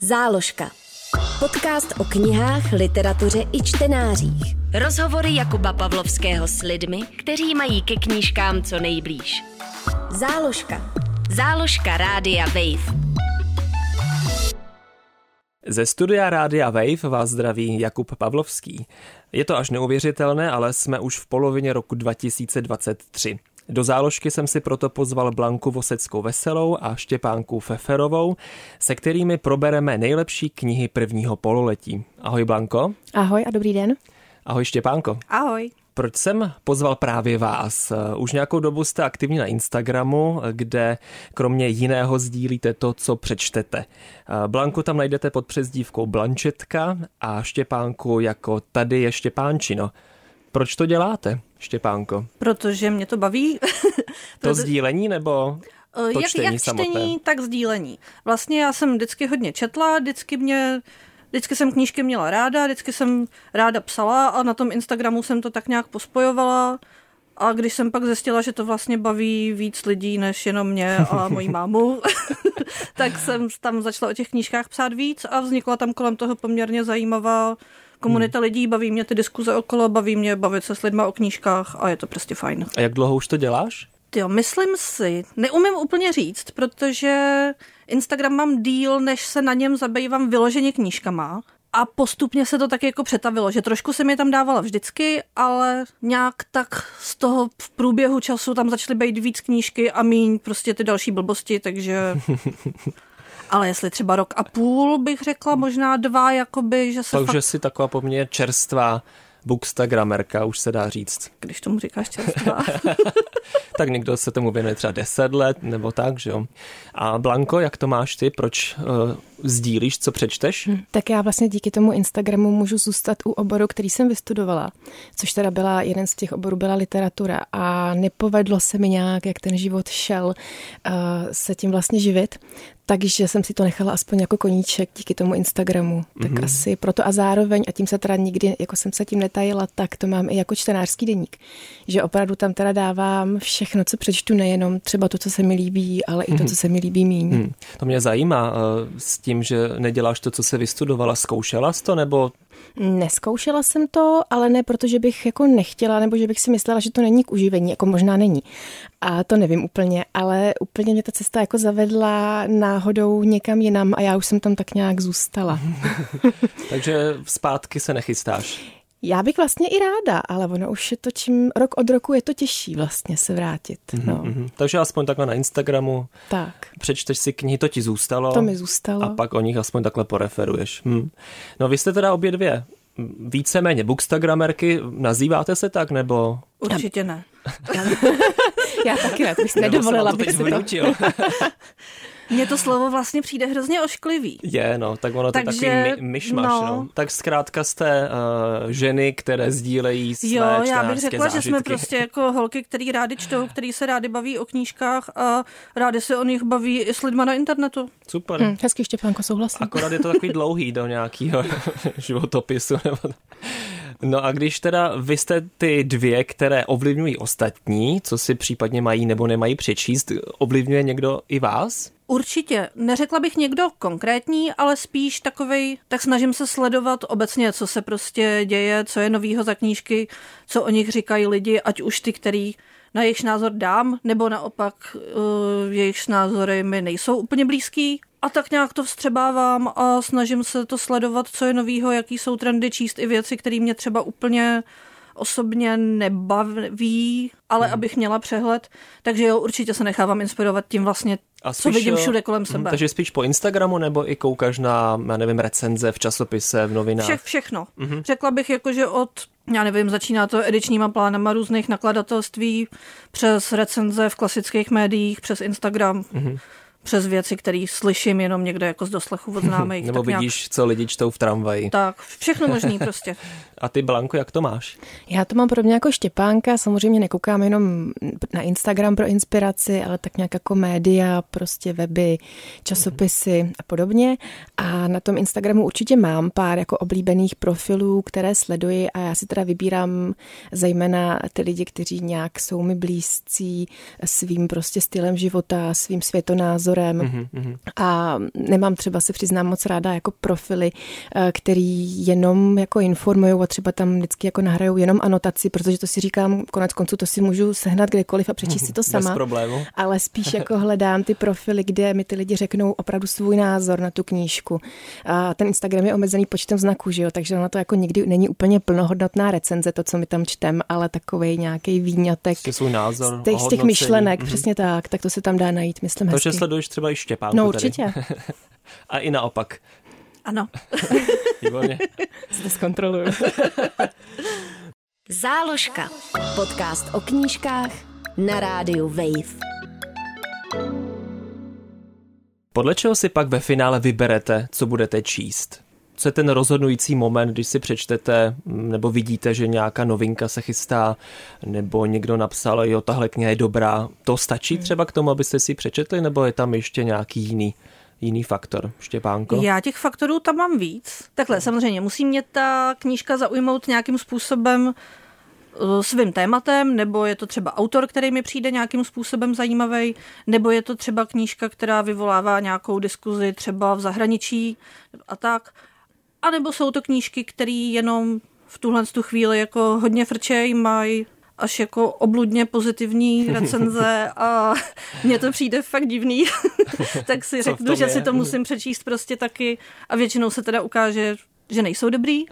Záložka. Podcast o knihách, literatuře i čtenářích. Rozhovory Jakuba Pavlovského s lidmi, kteří mají ke knížkám co nejblíž. Záložka. Záložka Rádia Wave. Ze studia Rádia Wave vás zdraví Jakub Pavlovský. Je to až neuvěřitelné, ale jsme už v polovině roku 2023. Do záložky jsem si proto pozval Blanku Voseckou Veselou a Štěpánku Feferovou, se kterými probereme nejlepší knihy prvního pololetí. Ahoj Blanko. Ahoj a dobrý den. Ahoj Štěpánko. Ahoj. Proč jsem pozval právě vás? Už nějakou dobu jste aktivní na Instagramu, kde kromě jiného sdílíte to, co přečtete. Blanku tam najdete pod přezdívkou Blančetka a Štěpánku jako Tady je Štěpánčino. Proč to děláte, Štěpánko? Protože mě to baví. To sdílení nebo to čtení samotné? Jak čtení, tak sdílení. Vlastně já jsem vždycky hodně četla, vždycky jsem knížky měla ráda, vždycky jsem ráda psala a na tom Instagramu jsem to tak nějak pospojovala. A když jsem pak zjistila, že to vlastně baví víc lidí než jenom mě a moji mámu, tak jsem tam začala o těch knížkách psát víc a vznikla tam kolem toho poměrně zajímavá komunita lidí, baví mě ty diskuze okolo, baví mě bavit se s lidma o knížkách a je to prostě fajn. A jak dlouho už to děláš? Jo, myslím si, neumím úplně říct, protože Instagram mám díl, než se na něm zabývám vyloženě knížkama a postupně se to tak jako přetavilo, že trošku jsem je tam dávala vždycky, ale nějak tak z toho v průběhu času tam začaly být víc knížky a míň prostě ty další blbosti, takže... Ale jestli třeba rok a půl bych řekla, možná 2, jakoby, že se Takže jsi taková poměrně čerstvá bookstagramerka, už se dá říct. Když tomu říkáš čerstvá. Tak někdo se tomu věnuje třeba 10 let, nebo tak, že jo. A Blanko, jak to máš ty? Proč sdílíš, co přečteš? Tak já vlastně díky tomu Instagramu můžu zůstat u oboru, který jsem vystudovala, což teda byla, jeden z těch oborů byla literatura a nepovedlo se mi nějak, jak ten život šel, se tím vlastně živit. Takže jsem si to nechala aspoň jako koníček díky tomu Instagramu. Tak asi proto a zároveň, a tím se teda nikdy, jako jsem se tím netajila, tak to mám i jako čtenářský deník. Že opravdu tam teda dávám všechno, co přečtu, nejenom třeba to, co se mi líbí, ale i to, co se mi líbí míň. To mě zajímá s tím, že neděláš to, co se vystudovala. Zkoušela jsi to, nebo... Neskoušela jsem to, ale ne protože bych jako nechtěla, nebo že bych si myslela, že to není k uživení, jako možná není. A to nevím úplně, ale úplně mě ta cesta jako zavedla náhodou někam jinam a já už jsem tam tak nějak zůstala. Takže zpátky se nechystáš? Já bych vlastně i ráda, ale ono už je to rok od roku je to těžší vlastně se vrátit. No. Takže aspoň takhle na Instagramu tak. Přečteš si knihy, to ti zůstalo. To mi zůstalo. A pak o nich aspoň takhle poreferuješ. No vy jste teda obě dvě víceméně bookstagramerky, nazýváte se tak, nebo? Určitě ne. Já taky ne, to bych nedovolila, bych si to... Mně to slovo vlastně přijde hrozně ošklivý. Je, no, tak ono to je takový myšmaš, no. Tak zkrátka jste ženy, které sdílejí své čtenářské zážitky. Jo, já bych řekla, že jsme prostě jako holky, který rády čtou, který se rádi baví o knížkách a rádi se o nich baví i s lidma na internetu. Super. Hezky, Štěpánko, souhlasím. Akorát je to takový dlouhý do nějakého životopisu. No a když teda vy jste ty dvě, které ovlivňují ostatní, co si případně mají nebo nemají přečíst, ovlivňuje někdo i vás? Určitě. Neřekla bych někdo konkrétní, ale spíš takovej, tak snažím se sledovat obecně, co se prostě děje, co je novýho za knížky, co o nich říkají lidi, ať už ty, který na jejich názor dám, nebo naopak jejich názory mi nejsou úplně blízký. A tak nějak to vstřebávám a snažím se to sledovat, co je novýho, jaký jsou trendy, číst i věci, které mě třeba úplně osobně nebaví, ale abych měla přehled. Takže jo, určitě se nechávám inspirovat tím vlastně, co vidím všude kolem sebe. Takže spíš po Instagramu nebo i koukáš na, já nevím, recenze v časopise, v novinách? Všechno. Řekla bych jako, že začíná to edičníma plánama různých nakladatelství, přes recenze v klasických médiích, přes Instagram. Přes věci, které slyším jenom někde jako z doslechu od známých. Nebo vidíš, co lidi čtou v tramvaji. Tak, všechno možný prostě. A ty, Blanko, jak to máš? Já to mám podobně jako Štěpánka, samozřejmě nekoukám jenom na Instagram pro inspiraci, ale tak nějak jako média, prostě weby, časopisy a podobně. A na tom Instagramu určitě mám pár jako oblíbených profilů, které sleduji a já si teda vybírám zejména ty lidi, kteří nějak jsou mi blízcí svým prostě stylem života, svým světonázorem názorem a nemám třeba, se přiznám, moc ráda jako profily, který jenom jako informujou a třeba tam vždycky jako nahrajou jenom anotaci, protože to si říkám, konec konců to si můžu sehnat kdekoliv a přečíst si to sama. Bez problému. Ale spíš jako hledám ty profily, kde mi ty lidi řeknou opravdu svůj názor na tu knížku. A ten Instagram je omezený počtem znaků, že jo, takže ono to jako nikdy není úplně plnohodnotná recenze, to, co my tam čtem, ale takovej nějaký výňatek svůj názor, z těch myšlenek, přesně tak to se tam dá najít, myslím hezky. Takže sleduješ třeba i Štěpánku. No určitě. A i naopak. Ano. Výborně. Zde zkontroluju. Záložka. Podcast o knížkách na rádiu Wave. Podle čeho si pak ve finále vyberete, co budete číst? Co je ten rozhodující moment, když si přečtete nebo vidíte, že nějaká novinka se chystá, nebo někdo napsal, jo, tahle kniha je dobrá. To stačí třeba k tomu, abyste si přečetli, nebo je tam ještě nějaký jiný faktor? Štěpánko? Já těch faktorů tam mám víc. Takhle, samozřejmě, musí mě ta knížka zaujmout nějakým způsobem svým tématem, nebo je to třeba autor, který mi přijde nějakým způsobem zajímavý, nebo je to třeba knížka, která vyvolává nějakou diskuzi třeba v zahraničí a tak. A nebo jsou to knížky, které jenom v tuhle chvíli jako hodně frčej, mají až jako obludně pozitivní recenze a mně to přijde fakt divný. Tak si řeknu, že si to musím přečíst prostě taky a většinou se teda ukáže, že nejsou dobrý.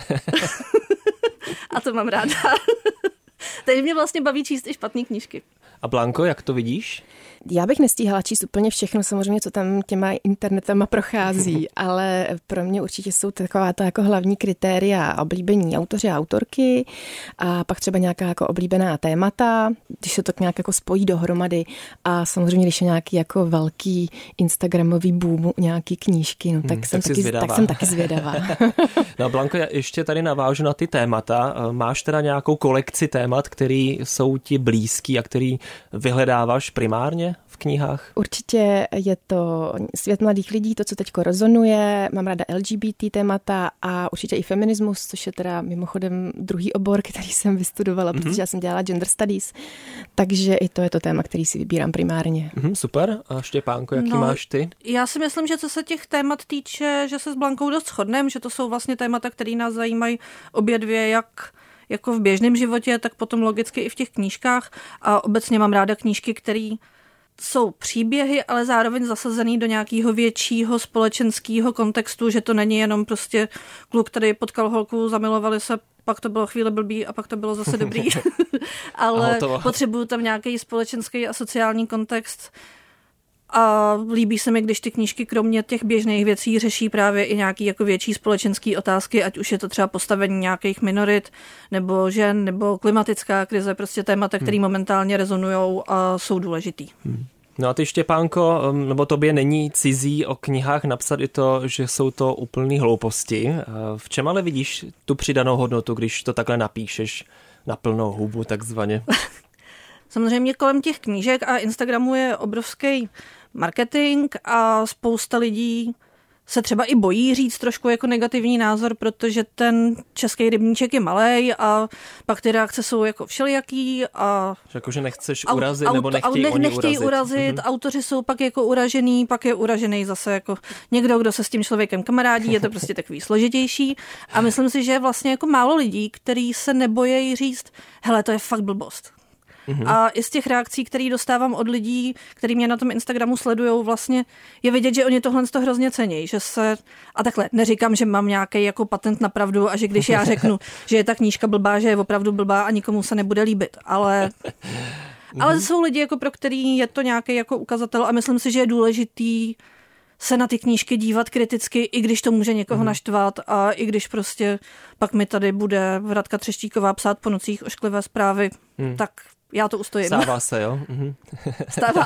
A to mám ráda. Takže mě vlastně baví číst i špatný knížky. A Blanko, jak to vidíš? Já bych nestíhala číst úplně všechno, samozřejmě, co tam těma internetama prochází, ale pro mě určitě jsou taková ta jako hlavní kritéria oblíbení autoři a autorky a pak třeba nějaká jako oblíbená témata, když se to nějak jako spojí dohromady a samozřejmě, když je nějaký jako velký instagramový boom, nějaký knížky, no, tak jsem taky zvědavá. No Blanko, já ještě tady navážu na ty témata. Máš teda nějakou kolekci témat, který jsou ti blízký a který vyhledáváš primárně v knihách? Určitě je to svět mladých lidí, to, co teďko rezonuje. Mám ráda LGBT témata a určitě i feminismus, což je teda mimochodem druhý obor, který jsem vystudovala, protože já jsem dělala gender studies. Takže i to je to téma, který si vybírám primárně. Super. A Štěpánko, jaký máš ty? Já si myslím, že co se těch témat týče, že se s Blankou dost shodneme, že to jsou vlastně témata, které nás zajímají obě dvě, jak jako v běžném životě, tak potom logicky i v těch knížkách. A obecně mám ráda knížky, které jsou příběhy, ale zároveň zasazený do nějakého většího společenského kontextu, že to není jenom prostě kluk, který potkal holku, zamilovali se, pak to bylo chvíli blbý a pak to bylo zase dobrý. Ale potřebuju tam nějaký společenský a sociální kontext. A líbí se mi, když ty knížky kromě těch běžných věcí řeší právě i nějaký jako větší společenské otázky, ať už je to třeba postavení nějakých minorit, nebo žen, nebo klimatická krize, prostě témata, které momentálně rezonujou a jsou důležitý. No a ty, Štěpánko, nebo tobě není cizí o knihách napsat i to, že jsou to úplný hlouposti. V čem ale vidíš tu přidanou hodnotu, když to takhle napíšeš na plnou hubu takzvaně? Samozřejmě kolem těch knížek a Instagramu je obrovský marketing a spousta lidí se třeba i bojí říct trošku jako negativní názor, protože ten český rybníček je malej a pak ty reakce jsou jako všelijaký a... Jakože nechceš urazit nebo nechtějí oni nechtějí urazit. Autoři jsou pak jako uražený, pak je uražený zase jako někdo, kdo se s tím člověkem kamarádí, je to prostě takový složitější a myslím si, že je vlastně jako málo lidí, kteří se nebojí říct, hele, to je fakt blbost. A i z těch reakcí, které dostávám od lidí, kteří mě na tom Instagramu sledujou, vlastně je vidět, že oni tohle hrozně cení, že se, a takhle, neříkám, že mám nějaký jako patent na pravdu a že když já řeknu, že je ta knížka blbá, že je opravdu blbá a nikomu se nebude líbit, ale jsou lidi, jako pro který je to nějaký jako ukazatel a myslím si, že je důležitý se na ty knížky dívat kriticky, i když to může někoho naštvat a i když prostě pak mi tady bude Radka Třeštíková psát po nocích ošklivé zprávy, tak já to ustojím. Stává se, jo? Stává.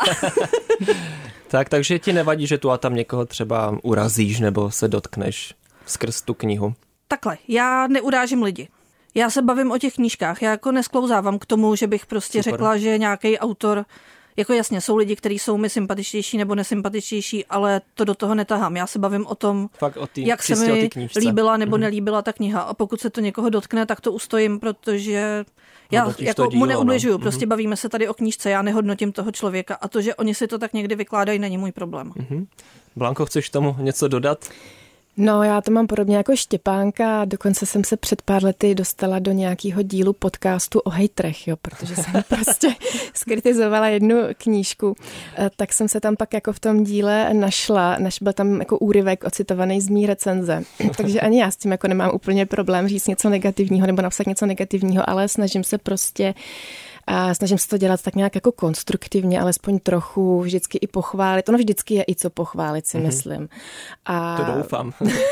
Takže ti nevadí, že tu a tam někoho třeba urazíš nebo se dotkneš skrz tu knihu? Takhle, já neurážím lidi. Já se bavím o těch knížkách. Já jako nesklouzávám k tomu, že bych prostě řekla, že nějaký autor Jako jasně, jsou lidi, kteří jsou mi sympatičtější nebo nesympatičtější, ale to do toho netahám. Já se bavím o tom, jak se mi líbila nebo nelíbila ta kniha. A pokud se to někoho dotkne, tak to ustojím, protože já jako mu neubližuju. Prostě bavíme se tady o knížce, já nehodnotím toho člověka a to, že oni si to tak někdy vykládají, není můj problém. Blanko, chceš tomu něco dodat? No, já to mám podobně jako Štěpánka, dokonce jsem se před pár lety dostala do nějakého dílu podcastu o hejtrech, jo, protože jsem prostě skritizovala jednu knížku, tak jsem se tam pak jako v tom díle našla, byl tam jako úryvek ocitovaný z mý recenze, takže ani já s tím jako nemám úplně problém říct něco negativního nebo napsat něco negativního, ale snažím se to dělat tak nějak jako konstruktivně, alespoň trochu, vždycky i pochválit. Ono vždycky je i co pochválit, si myslím. To doufám.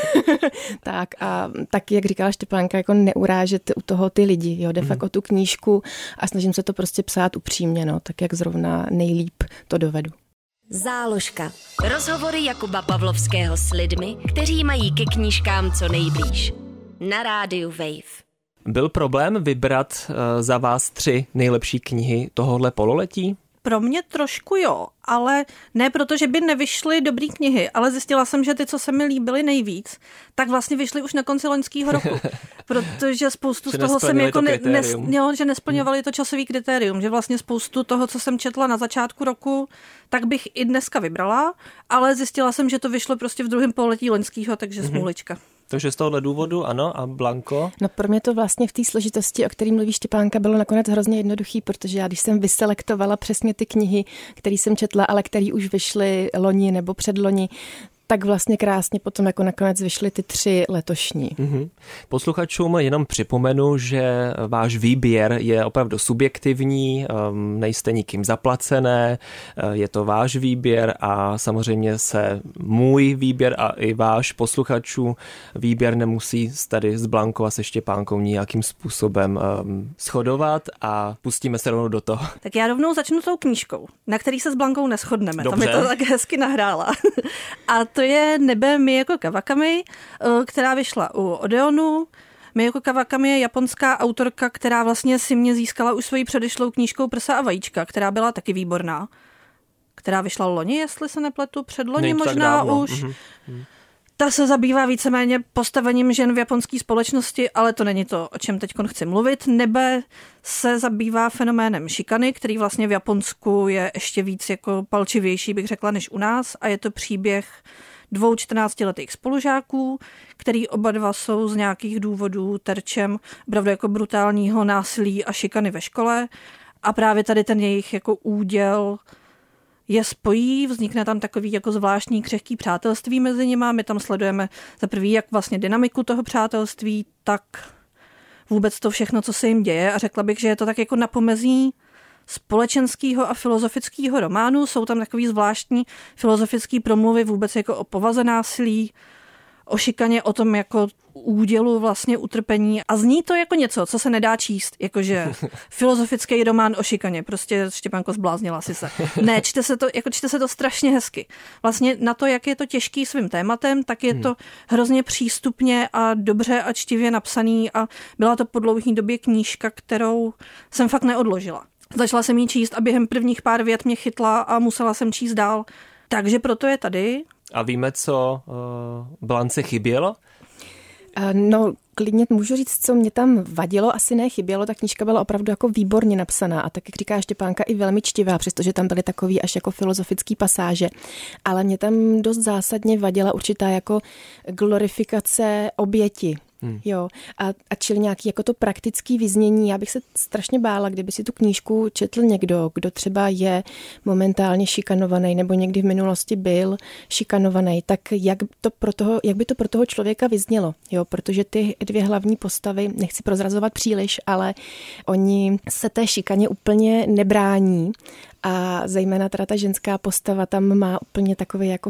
Tak, jak říkala Štěpánka, jako neurážet u toho ty lidi, jo, de facto o tu knížku a snažím se to prostě psát upřímně, no, tak jak zrovna nejlíp to dovedu. Záložka. Rozhovory Jakuba Pavlovského s lidmi, kteří mají ke knížkám co nejblíž. Na rádiu Wave. Byl problém vybrat za vás 3 nejlepší knihy tohohle pololetí? Pro mě trošku jo, ale ne proto, že by nevyšly dobrý knihy, ale zjistila jsem, že ty, co se mi líbily nejvíc, tak vlastně vyšly už na konci loňského roku. Protože spoustu z toho jsem jako že nesplňovali to časový kritérium, že vlastně spoustu toho, co jsem četla na začátku roku, tak bych i dneska vybrala, ale zjistila jsem, že to vyšlo prostě v druhém pololetí loňského, takže smůlička. Takže z tohohle důvodu, ano. A Blanko? No pro mě to vlastně v té složitosti, o který mluví Štěpánka, bylo nakonec hrozně jednoduchý, protože já, když jsem vyselektovala přesně ty knihy, které jsem četla, ale které už vyšly loni nebo předloni, tak vlastně krásně potom jako nakonec vyšly ty 3 letošní. Posluchačům jenom připomenu, že váš výběr je opravdu subjektivní, nejste nikým zaplacené, je to váš výběr a samozřejmě se můj výběr a i váš posluchačů výběr nemusí tady s Blankou a se Štěpánkou nějakým způsobem shodovat a pustíme se rovnou do toho. Tak já rovnou začnu tou knížkou, na který se s Blankou neshodneme. Dobře. Tam je to tak hezky nahrála. A to je Nebe Miyako Kawakami, která vyšla u Odeonu. Miyako Kawakami je japonská autorka, která vlastně si mě získala už svoji předešlou knížkou Prsa a vajíčka, která byla taky výborná. Která vyšla loni, jestli se nepletu, předloni možná už. Ta se zabývá víceméně postavením žen v japonské společnosti, ale to není to, o čem teď chci mluvit. Nebe se zabývá fenoménem šikany, který vlastně v Japonsku je ještě víc jako palčivější, bych řekla, než u nás. A je to příběh 2 14letých spolužáků, který oba dva jsou z nějakých důvodů terčem opravdu jako brutálního násilí a šikany ve škole. A právě tady ten jejich jako úděl je spojí, vznikne tam takový jako zvláštní křehký přátelství mezi nimi. My tam sledujeme za prvý jak vlastně dynamiku toho přátelství, tak vůbec to všechno, co se jim děje. A řekla bych, že je to tak jako na pomezí společenského a filozofického románu. Jsou tam takový zvláštní filozofický promluvy vůbec jako o povaze násilí, o šikaně, o tom jako údělu vlastně utrpení a zní to jako něco, co se nedá číst, jakože filozofický román o šikaně, prostě Štěpánko zbláznila si se. Ne, čte se to strašně hezky. Vlastně na to, jak je to těžký svým tématem, tak je to hrozně přístupně a dobře a čtivě napsaný a byla to po dlouhý době knížka, kterou jsem fakt neodložila. Začala jsem jí číst a během prvních pár vět mě chytla a musela jsem číst dál. Takže proto je tady. A víme, co Blance chybělo? No, klidně můžu říct, co mě tam vadilo, asi ne chybělo, ta knížka byla opravdu jako výborně napsaná a tak, jak říká Štěpánka, i velmi čtivá, přestože tam byly takový až jako filozofický pasáže. Ale mě tam dost zásadně vadila určitá jako glorifikace oběti. Jo, a čili nějaký jako to praktický vyznění. Já bych se strašně bála, kdyby si tu knížku četl někdo, kdo třeba je momentálně šikanovaný nebo někdy v minulosti byl šikanovaný, tak jak by to pro toho člověka vyznělo, jo, protože ty 2 hlavní postavy, nechci prozrazovat příliš, ale oni se té šikaně úplně nebrání. A zejména teda ta ženská postava tam má úplně takové jako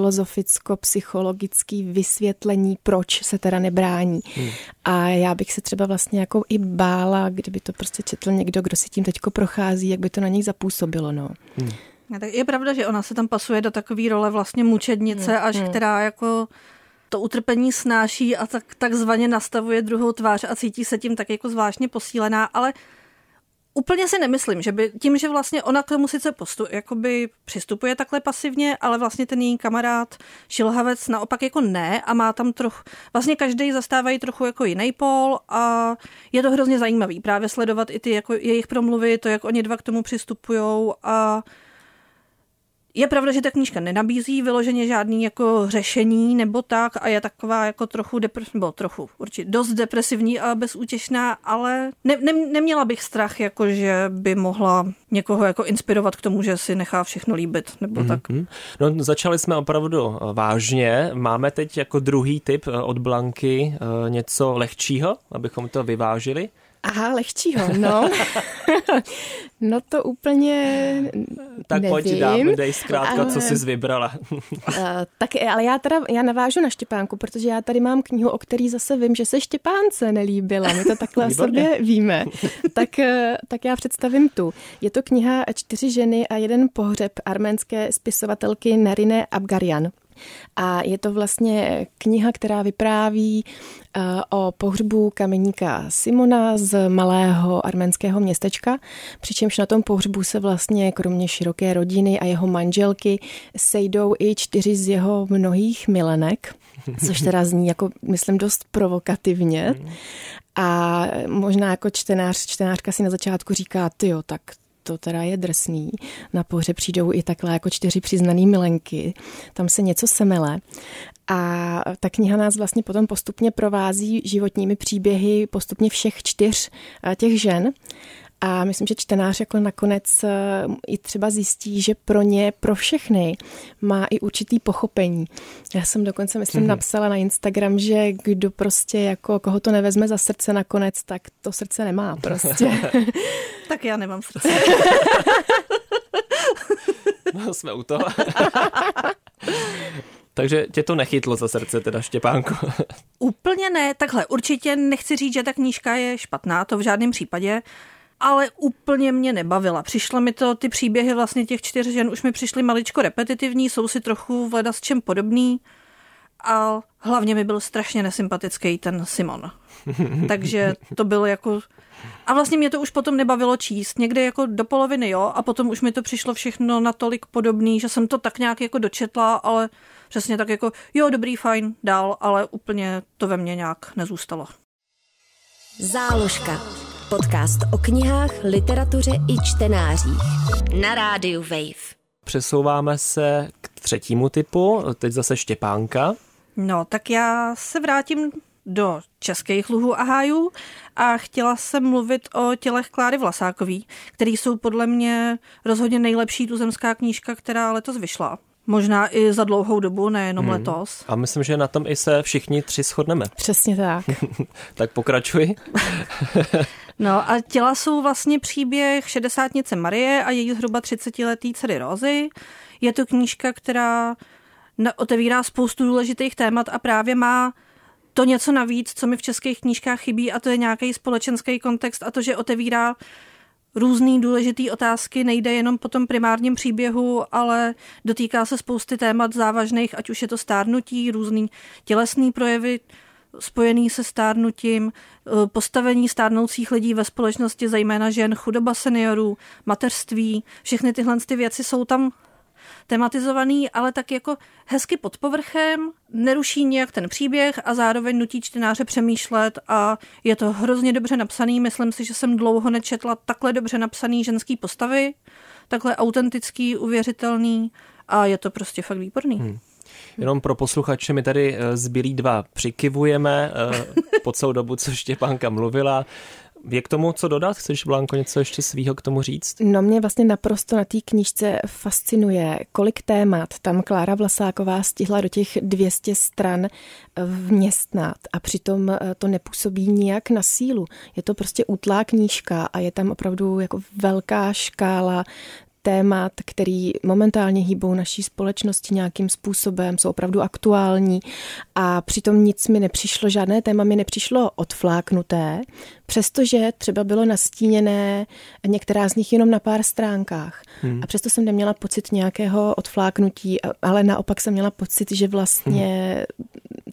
filozoficko-psychologické vysvětlení, proč se teda nebrání. A já bych se třeba vlastně jako i bála, kdyby to prostě četl někdo, kdo si tím teďko prochází, jak by to na něj zapůsobilo, no. Tak je pravda, že ona se tam pasuje do takové role vlastně mučednice, která jako to utrpení snáší a takzvaně nastavuje druhou tvář a cítí se tím tak jako zvláštně posílená, ale Úplně si nemyslím, že by tím, že vlastně ona k tomu sice jakoby přistupuje takhle pasivně, ale vlastně ten její kamarád šilhavec naopak jako ne a má tam trochu, vlastně každý zastávají trochu jako jiný pól a je to hrozně zajímavý právě sledovat i ty jako jejich promluvy, to, jak oni dva k tomu přistupujou a je pravda, že ta knížka nenabízí vyloženě žádný jako řešení nebo tak a je taková jako určitě dost depresivní a bezútěšná, ale neměla bych strach, jako že by mohla někoho jako inspirovat k tomu, že si nechá všechno líbit nebo tak. No, začali jsme opravdu vážně. Máme teď jako druhý tip od Blanky něco lehčího, abychom to vyvážili. Aha, lehčího, no. No to úplně tak nevím. Pojď dej zkrátka, co jsi vybrala. Tak, ale já navážu na Štěpánku, protože já tady mám knihu, o který zase vím, že se Štěpánce nelíbila. My to takhle o sobě víme. Tak já představím tu. Je to kniha 4 ženy a 1 pohřeb arménské spisovatelky Narine Abgaryan. A je to vlastně kniha, která vypráví o pohřbu kameníka Simona z malého arménského městečka, přičemž na tom pohřbu se vlastně kromě široké rodiny a jeho manželky sejdou i 4 z jeho mnohých milenek, což teda zní jako, myslím, dost provokativně. A možná jako čtenářka si na začátku říká, tyjo, tak to teda je drsný. Na pohřeb přijdou i takhle jako 4 přiznaný milenky. Tam se něco semele. A ta kniha nás vlastně potom postupně provází životními příběhy postupně všech 4 těch žen. A myslím, že čtenář jako nakonec i třeba zjistí, že pro ně, pro všechny, má i určitý pochopení. Já jsem dokonce, myslím, napsala na Instagram, že kdo prostě jako, koho to nevezme za srdce nakonec, tak to srdce nemá prostě. Tak já nemám srdce. No, jsme u toho. Takže tě to nechytlo za srdce teda, Štěpánko? Úplně ne, takhle. Určitě nechci říct, že ta knížka je špatná, to v žádném případě. Ale úplně mě nebavila. Přišlo mi to, ty příběhy vlastně těch 4 žen už mi přišly maličko repetitivní, jsou si trochu v čem podobný a hlavně mi byl strašně nesympatický ten Simon. Takže to bylo jako... A vlastně mě to už potom nebavilo číst. Někde jako do poloviny jo a potom už mi to přišlo všechno natolik podobný, že jsem to tak nějak jako dočetla, ale přesně tak jako jo, dobrý, fajn, dál, ale úplně to ve mně nějak nezůstalo. Záložka. Podcast o knihách, literatuře i čtenářích. Na rádiu Wave. Přesouváme se k 3. typu, teď zase Štěpánka. No, tak já se vrátím do českých luhů a hájů a chtěla jsem mluvit o Tělech Kláry Vlasákový, který jsou podle mě rozhodně nejlepší tuzemská knížka, která letos vyšla. Možná i za dlouhou dobu, nejenom letos. A myslím, že na tom i se všichni 3 shodneme. Přesně tak. Tak pokračuj. No a Těla jsou vlastně příběh šedesátnice Marie a její zhruba 30letý dcery Rózy. Je to knížka, která otevírá spoustu důležitých témat a právě má to něco navíc, co mi v českých knížkách chybí, a to je nějaký společenský kontext a to, že otevírá různý důležitý otázky, nejde jenom po tom primárním příběhu, ale dotýká se spousty témat závažných, ať už je to stárnutí, různý tělesný projevy spojený se stárnutím, postavení stárnoucích lidí ve společnosti, zejména žen, chudoba seniorů, mateřství, všechny tyhle věci jsou tam tematizovaný, ale tak jako hezky pod povrchem, neruší nijak ten příběh a zároveň nutí čtenáře přemýšlet a je to hrozně dobře napsaný. Myslím si, že jsem dlouho nečetla takhle dobře napsaný ženský postavy, takhle autentický, uvěřitelný a je to prostě fakt výborný. Jenom pro posluchače, my tady zbylí 2 přikivujeme po celou dobu, co Štěpánka mluvila. Je k tomu co dodat? Chceš, Blanko, něco ještě svýho k tomu říct? No, mě vlastně naprosto na té knížce fascinuje, kolik témat tam Klára Vlasáková stihla do těch 200 stran vměstnat a přitom to nepůsobí nijak na sílu. Je to prostě útlá knížka a je tam opravdu jako velká škála témat, který momentálně hýbou naší společnosti nějakým způsobem, jsou opravdu aktuální a přitom nic mi nepřišlo, žádné téma mi nepřišlo odfláknuté, přestože třeba bylo nastíněné některá z nich jenom na pár stránkách. A přesto jsem neměla pocit nějakého odfláknutí, ale naopak jsem měla pocit, že vlastně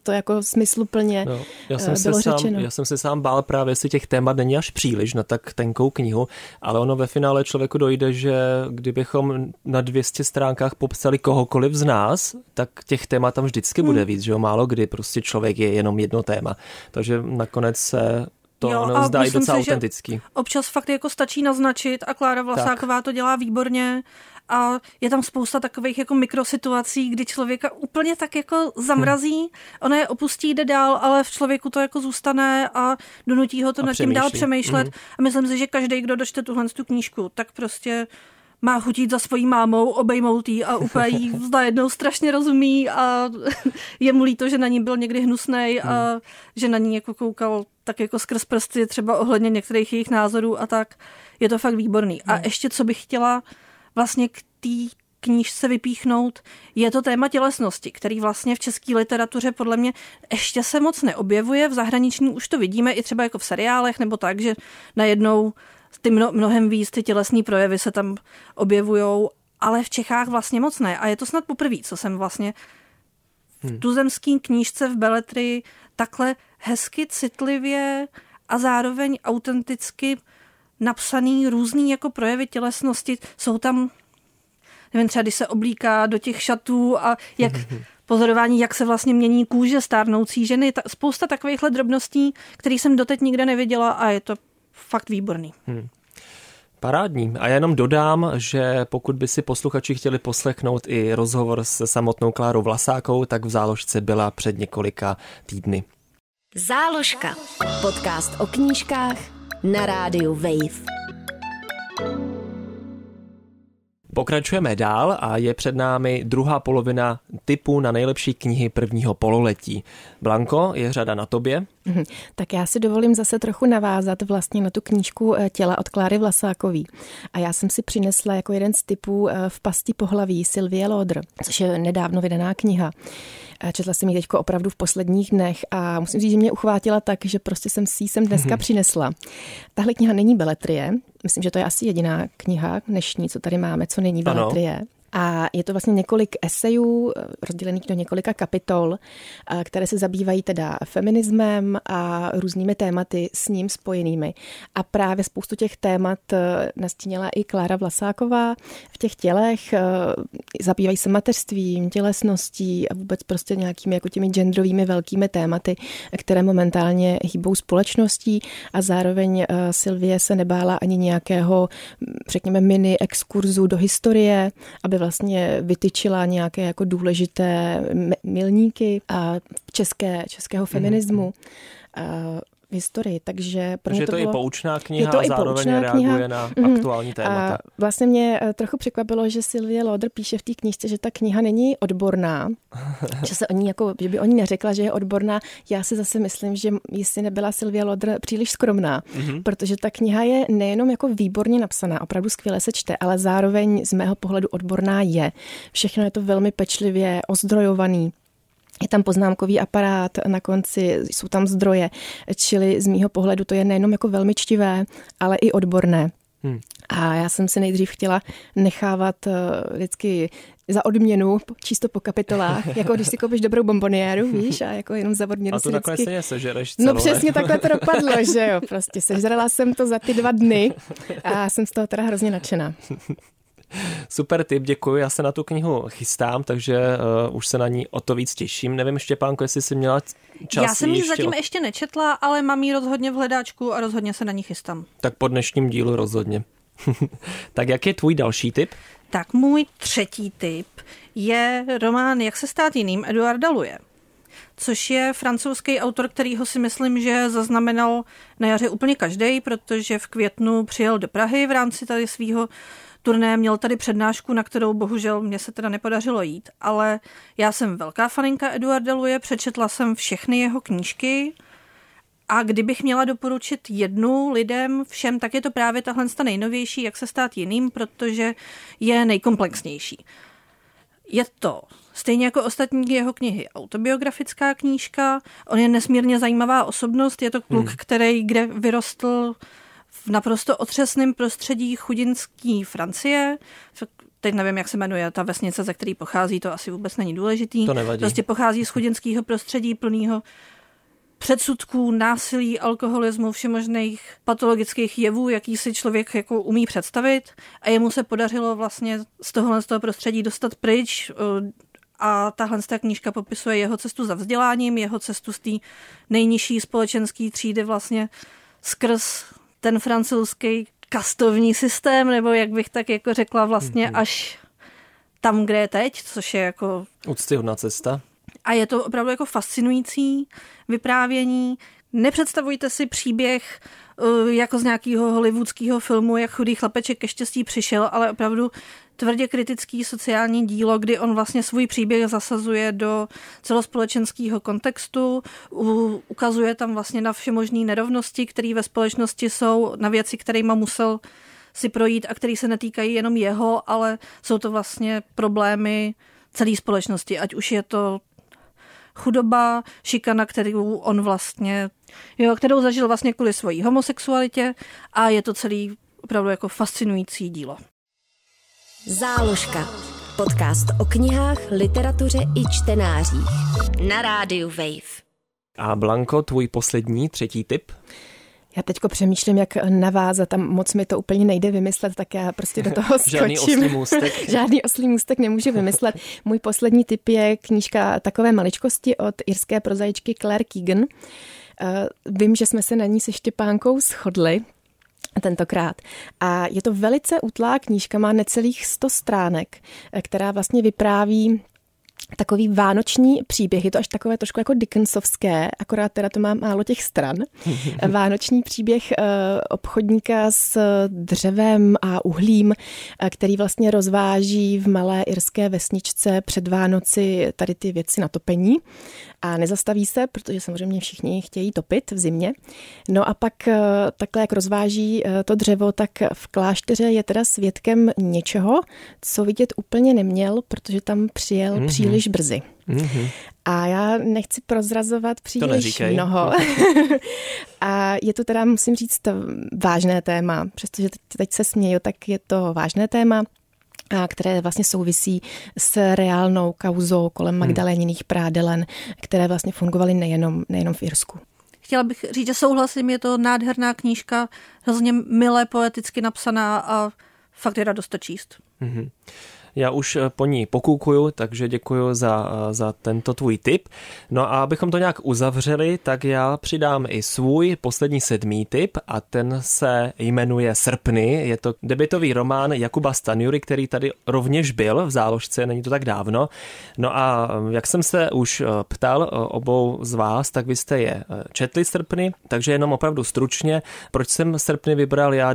to jako smysluplně bylo řečeno. Já jsem se sám bál právě, jestli těch témat není až příliš na tak tenkou knihu, ale ono ve finále člověku dojde, že kdybychom na 200 stránkách popsali kohokoliv z nás, tak těch témat tam vždycky bude víc, že jo, málo kdy prostě člověk je jenom jedno téma. Takže nakonec se to zdá i docela autentický. Občas fakt jako stačí naznačit a Klára Vlasáková to dělá výborně a je tam spousta takových jako mikrosituací, kdy člověka úplně tak jako zamrazí, ona je opustí, jde dál, ale v člověku to jako zůstane a donutí ho to nad tím dál přemýšlet. A myslím si, že každý, kdo dočte tu knížku, tak prostě má chutit za svojí mámou, obejmout jí a úplně jí najednou strašně rozumí a je mu líto, že na ní byl někdy hnusnej a že na ní jako koukal tak jako skrz prsty třeba ohledně některých jejich názorů a tak. Je to fakt výborný. A ještě, co bych chtěla vlastně k té knížce vypíchnout, je to téma tělesnosti, který vlastně v české literatuře podle mě ještě se moc neobjevuje. V zahraniční už to vidíme i třeba jako v seriálech nebo tak, že najednou ty mnohem víc ty tělesní projevy se tam objevujou, ale v Čechách vlastně moc ne. A je to snad poprvé, co jsem vlastně v tuzemské knížce v beletrii takhle hezky, citlivě a zároveň autenticky napsaný různý jako projevy tělesnosti. Jsou tam, nevím, třeba když se oblíká do těch šatů a jak pozorování, jak se vlastně mění kůže stárnoucí ženy. Spousta takovýchhle drobností, které jsem doteď nikde neviděla a je to fakt výborný. Parádní. A já jenom dodám, že pokud by si posluchači chtěli poslechnout i rozhovor se samotnou Klárou Vlasákovou, tak v záložce byla před několika týdny. Záložka. Podcast o knížkách na rádiu Wave. Pokračujeme dál a je před námi druhá polovina tipů na nejlepší knihy prvního pololetí. Blanko, je řada na tobě. Tak já si dovolím zase trochu navázat vlastně na tu knížku Těla od Kláry Vlasákové. A já jsem si přinesla jako jeden z tipů V pasti pohlaví Sylvie Lauder, což je nedávno vydaná kniha. Četla jsem ji teďko opravdu v posledních dnech a musím říct, že mě uchvátila tak, že prostě jsem si ji sem dneska přinesla. Tahle kniha není beletrie, myslím, že to je asi jediná kniha dnešní, co tady máme, co není beletrie. Ano. A je to vlastně několik esejů rozdělených do několika kapitol, které se zabývají teda feminismem a různými tématy s ním spojenými. A právě spoustu těch témat nastínila i Klára Vlasáková v těch tělech. Zabývají se mateřstvím, tělesností a vůbec prostě nějakými jako těmi genderovými velkými tématy, které momentálně hýbou společností a zároveň Sylvie se nebála ani nějakého, řekněme, mini exkurzu do historie, aby vlastně vytyčila nějaké jako důležité milníky českého feminismu v historii. Takže pro mě to bylo i poučná kniha a zároveň reaguje na aktuální témata. A vlastně mě trochu překvapilo, že Sylvie Lauder píše v té knížce, že ta kniha není odborná, že se o ní jako, že by o ní neřekla, že je odborná. Já si zase myslím, že jestli nebyla Sylvie Lauder příliš skromná, protože ta kniha je nejenom jako výborně napsaná, opravdu skvěle se čte, ale zároveň z mého pohledu odborná je. Všechno je to velmi pečlivě ozdrojovaný. Je tam poznámkový aparát, na konci jsou tam zdroje, čili z mýho pohledu to je nejenom jako velmi čtivé, ale i odborné. A já jsem si nejdřív chtěla nechávat vždycky za odměnu číst to po kapitolách, jako když si koupíš dobrou bomboniéru, víš, a jako jenom za odměnu si vždycky... A to nakonec se sežereš celé. No přesně takhle to dopadlo, že jo, prostě sežrala jsem to za ty 2 dny a jsem z toho teda hrozně nadšená. Super tip, děkuji, já se na tu knihu chystám, takže už se na ní o to víc těším. Nevím, Štěpánko, jestli jsi měla čas. Já jsem ji zatím ještě nečetla, ale mám ji rozhodně v hledáčku a rozhodně se na ní chystám. Tak po dnešním dílu rozhodně. Tak jak je tvůj další tip? Tak můj 3. tip je román Jak se stát jiným Eduarda Luye, což je francouzský autor, kterýho si myslím, že zaznamenal na jaře úplně každej, protože v květnu přijel do Prahy v rámci tady svýho turné, měl tady přednášku, na kterou bohužel mě se teda nepodařilo jít, ale já jsem velká faninka Eduarda Luye, přečetla jsem všechny jeho knížky a kdybych měla doporučit jednu lidem všem, tak je to právě tahle nejnovější, Jak se stát jiným, protože je nejkomplexnější. Je to stejně jako ostatní jeho knihy autobiografická knížka, on je nesmírně zajímavá osobnost, je to kluk, který kde vyrostl v naprosto otřesném prostředí chudinské Francie, teď nevím, jak se jmenuje ta vesnice, ze který pochází, to asi vůbec není důležitý. To nevadí. Prostě pochází z chudinského prostředí plného předsudků, násilí, alkoholismu, všemožných patologických jevů, jaký si člověk jako umí představit, a jemu se podařilo vlastně z toho prostředí dostat pryč. A tahle knížka popisuje jeho cestu za vzděláním, jeho cestu z té nejnižší společenské třídy vlastně skrz ten francouzský kastovní systém, nebo jak bych tak jako řekla vlastně až tam, kde je teď, což je jako úctyhodná cesta. A je to opravdu jako fascinující vyprávění. Nepředstavujte si příběh jako z nějakého hollywoodského filmu, jak chudý chlapeček ke štěstí přišel, ale opravdu tvrdě kritický sociální dílo, kdy on vlastně svůj příběh zasazuje do celospolečenského kontextu, ukazuje tam vlastně na všemožné nerovnosti, které ve společnosti jsou, na věci, kterýma musel si projít a které se netýkají jenom jeho, ale jsou to vlastně problémy celé společnosti, ať už je to chudoba, šikana, kterou zažil vlastně kvůli svojí homosexualitě, a je to celý opravdu jako fascinující dílo. Záložka. Podcast o knihách, literatuře i čtenářích. Na rádiu Wave. A Blanko, tvůj poslední, třetí tip? Já teďko přemýšlím, jak navázat, tam moc mi to úplně nejde vymyslet, tak já prostě do toho skočím. Žádný oslí můstek. Žádný oslí můstek nemůžu vymyslet. Můj poslední tip je knížka Takové maličkosti od irské prozaičky Claire Keegan. Vím, že jsme se na ní se Štěpánkou shodli tentokrát. A je to velice útlá knížka, má necelých 100 stránek, která vlastně vypráví takový vánoční příběh, je to až takové trošku jako Dickensovské, akorát teda to má málo těch stran. Vánoční příběh obchodníka s dřevem a uhlím, který vlastně rozváží v malé irské vesničce před Vánoci tady ty věci na topení a nezastaví se, protože samozřejmě všichni chtějí topit v zimě. No a pak takhle, jak rozváží to dřevo, tak v klášteře je teda svědkem něčeho, co vidět úplně neměl, protože tam přijel příliš brzy. A já nechci prozrazovat příliš mnoho. A je to teda, musím říct, vážné téma. Přestože teď se směju, tak je to vážné téma, které vlastně souvisí s reálnou kauzou kolem Magdaléniných prádelen, které vlastně fungovaly nejenom v Irsku. Chtěla bych říct, že souhlasím, je to nádherná knížka, hrozně milé, poeticky napsaná a fakt je radost to číst. Já už po ní pokoukuju, takže děkuji za tento tvůj tip. No a abychom to nějak uzavřeli, tak já přidám i svůj poslední 7. tip a ten se jmenuje Srpny. Je to debutový román Jakuba Stanjury, který tady rovněž byl v záložce, není to tak dávno. No a jak jsem se už ptal obou z vás, tak vy jste je četli Srpny, takže jenom opravdu stručně. Proč jsem Srpny vybral já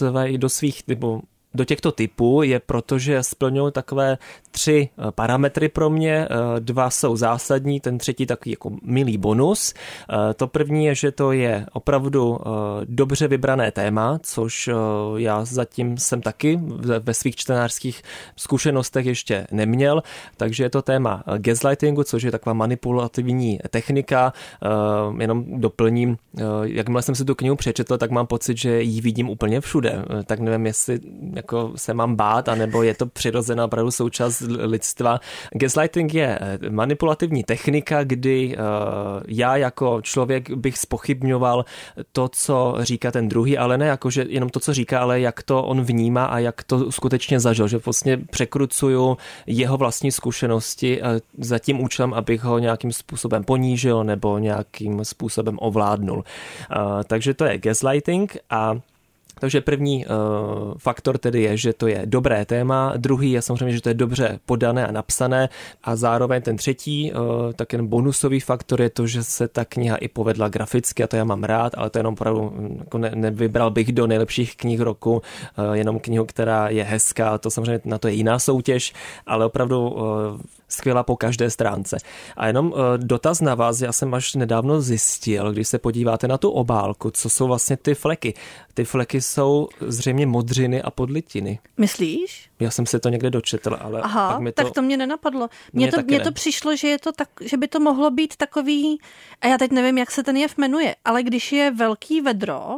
do těchto typů je, protože splňují takové 3 parametry pro mě. 2 jsou zásadní, ten třetí takový jako milý bonus. To první je, že to je opravdu dobře vybrané téma, což já zatím jsem taky ve svých čtenářských zkušenostech ještě neměl, takže je to téma gaslightingu, což je taková manipulativní technika. Jenom doplním, jakmile jsem si tu knihu přečetl, tak mám pocit, že ji vidím úplně všude. Tak nevím, jestli jako se mám bát, anebo je to přirozená opravdu součást lidstva. Gaslighting je manipulativní technika, kdy já jako člověk bych zpochybňoval to, co říká ten druhý, ale ne jako, že jenom to, co říká, ale jak to on vnímá a jak to skutečně zažil, že vlastně překrucuju jeho vlastní zkušenosti za tím účelem, abych ho nějakým způsobem ponížil nebo nějakým způsobem ovládnul. Takže to je gaslighting a takže první faktor tedy je, že to je dobré téma, druhý je samozřejmě, že to je dobře podané a napsané a zároveň ten třetí, tak jen bonusový faktor je to, že se ta kniha i povedla graficky a to já mám rád, ale to jenom opravdu jako nevybral bych do nejlepších knih roku jenom knihu, která je hezká, to samozřejmě na to je jiná soutěž, ale opravdu skvělá po každé stránce. A jenom dotaz na vás, já jsem až nedávno zjistil, když se podíváte na tu obálku, co jsou vlastně ty fleky. Ty fleky jsou zřejmě modřiny a podlitiny. Myslíš? Já jsem se to někde dočetl, ale pak mi to... tak to mě nenapadlo. Mně to přišlo, že je to tak, že by to mohlo být takový, a já teď nevím, jak se ten jev jmenuje, ale když je velký vedro,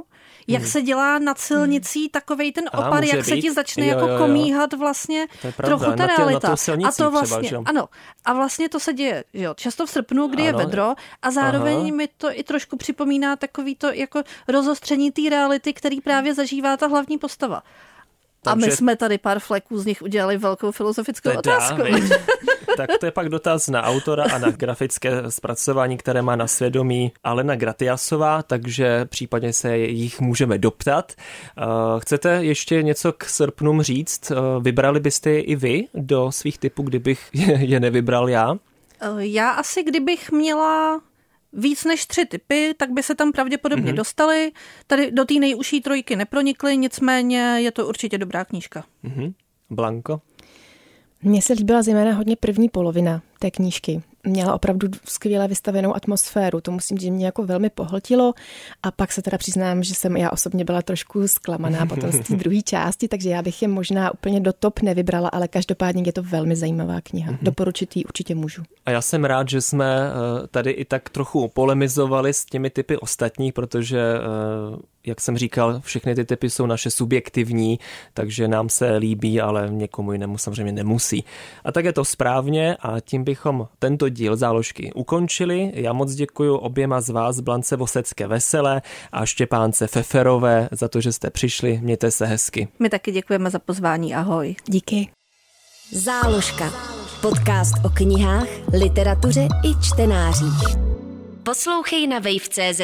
jak se dělá nad silnicí takovej ten opar, jak se ti začne jako komíhat vlastně trochu ta realita. A to vlastně, třeba, ano. A vlastně to se děje, že jo, často v srpnu, kdy je vedro a zároveň mi to i trošku připomíná takový to jako rozostření té reality, který právě zažívá ta hlavní postava. Takže... A my jsme tady pár fleků z nich udělali velkou filozofickou otázku. Tak to je pak dotaz na autora a na grafické zpracování, které má na svědomí Alena Gratiasová, takže případně se jich můžeme doptat. Chcete ještě něco k srpnům říct? Vybrali byste je i vy do svých typů, kdybych je nevybral já? Já asi, kdybych měla víc než 3 typy, tak by se tam pravděpodobně dostali. Tady do té nejužší 3 nepronikly, nicméně je to určitě dobrá knížka. Blanko? Mně se líbila zejména hodně první polovina té knížky. Měla opravdu skvěle vystavenou atmosféru, to musím říct, mě jako velmi pohltilo a pak se teda přiznám, že jsem já osobně byla trošku zklamaná potom z té druhé části, takže já bych je možná úplně do top nevybrala, ale každopádně je to velmi zajímavá kniha. Doporučit ji určitě můžu. A já jsem rád, že jsme tady i tak trochu polemizovali s těmi typy ostatních, protože jak jsem říkal, všechny ty typy jsou naše subjektivní, takže nám se líbí, ale někomu jinému samozřejmě nemusí. A tak je to správně a tím bychom tento díl Záložky ukončili. Já moc děkuji oběma z vás, Blance Vosecké Veselé a Štěpánce Feferové, za to, že jste přišli. Mějte se hezky. My taky děkujeme za pozvání. Ahoj. Díky. Záložka. Podcast o knihách, literatuře i čtenářích. Poslouchej na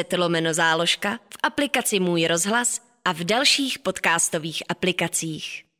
wave.cz/záložka, v aplikaci Můj rozhlas a v dalších podcastových aplikacích.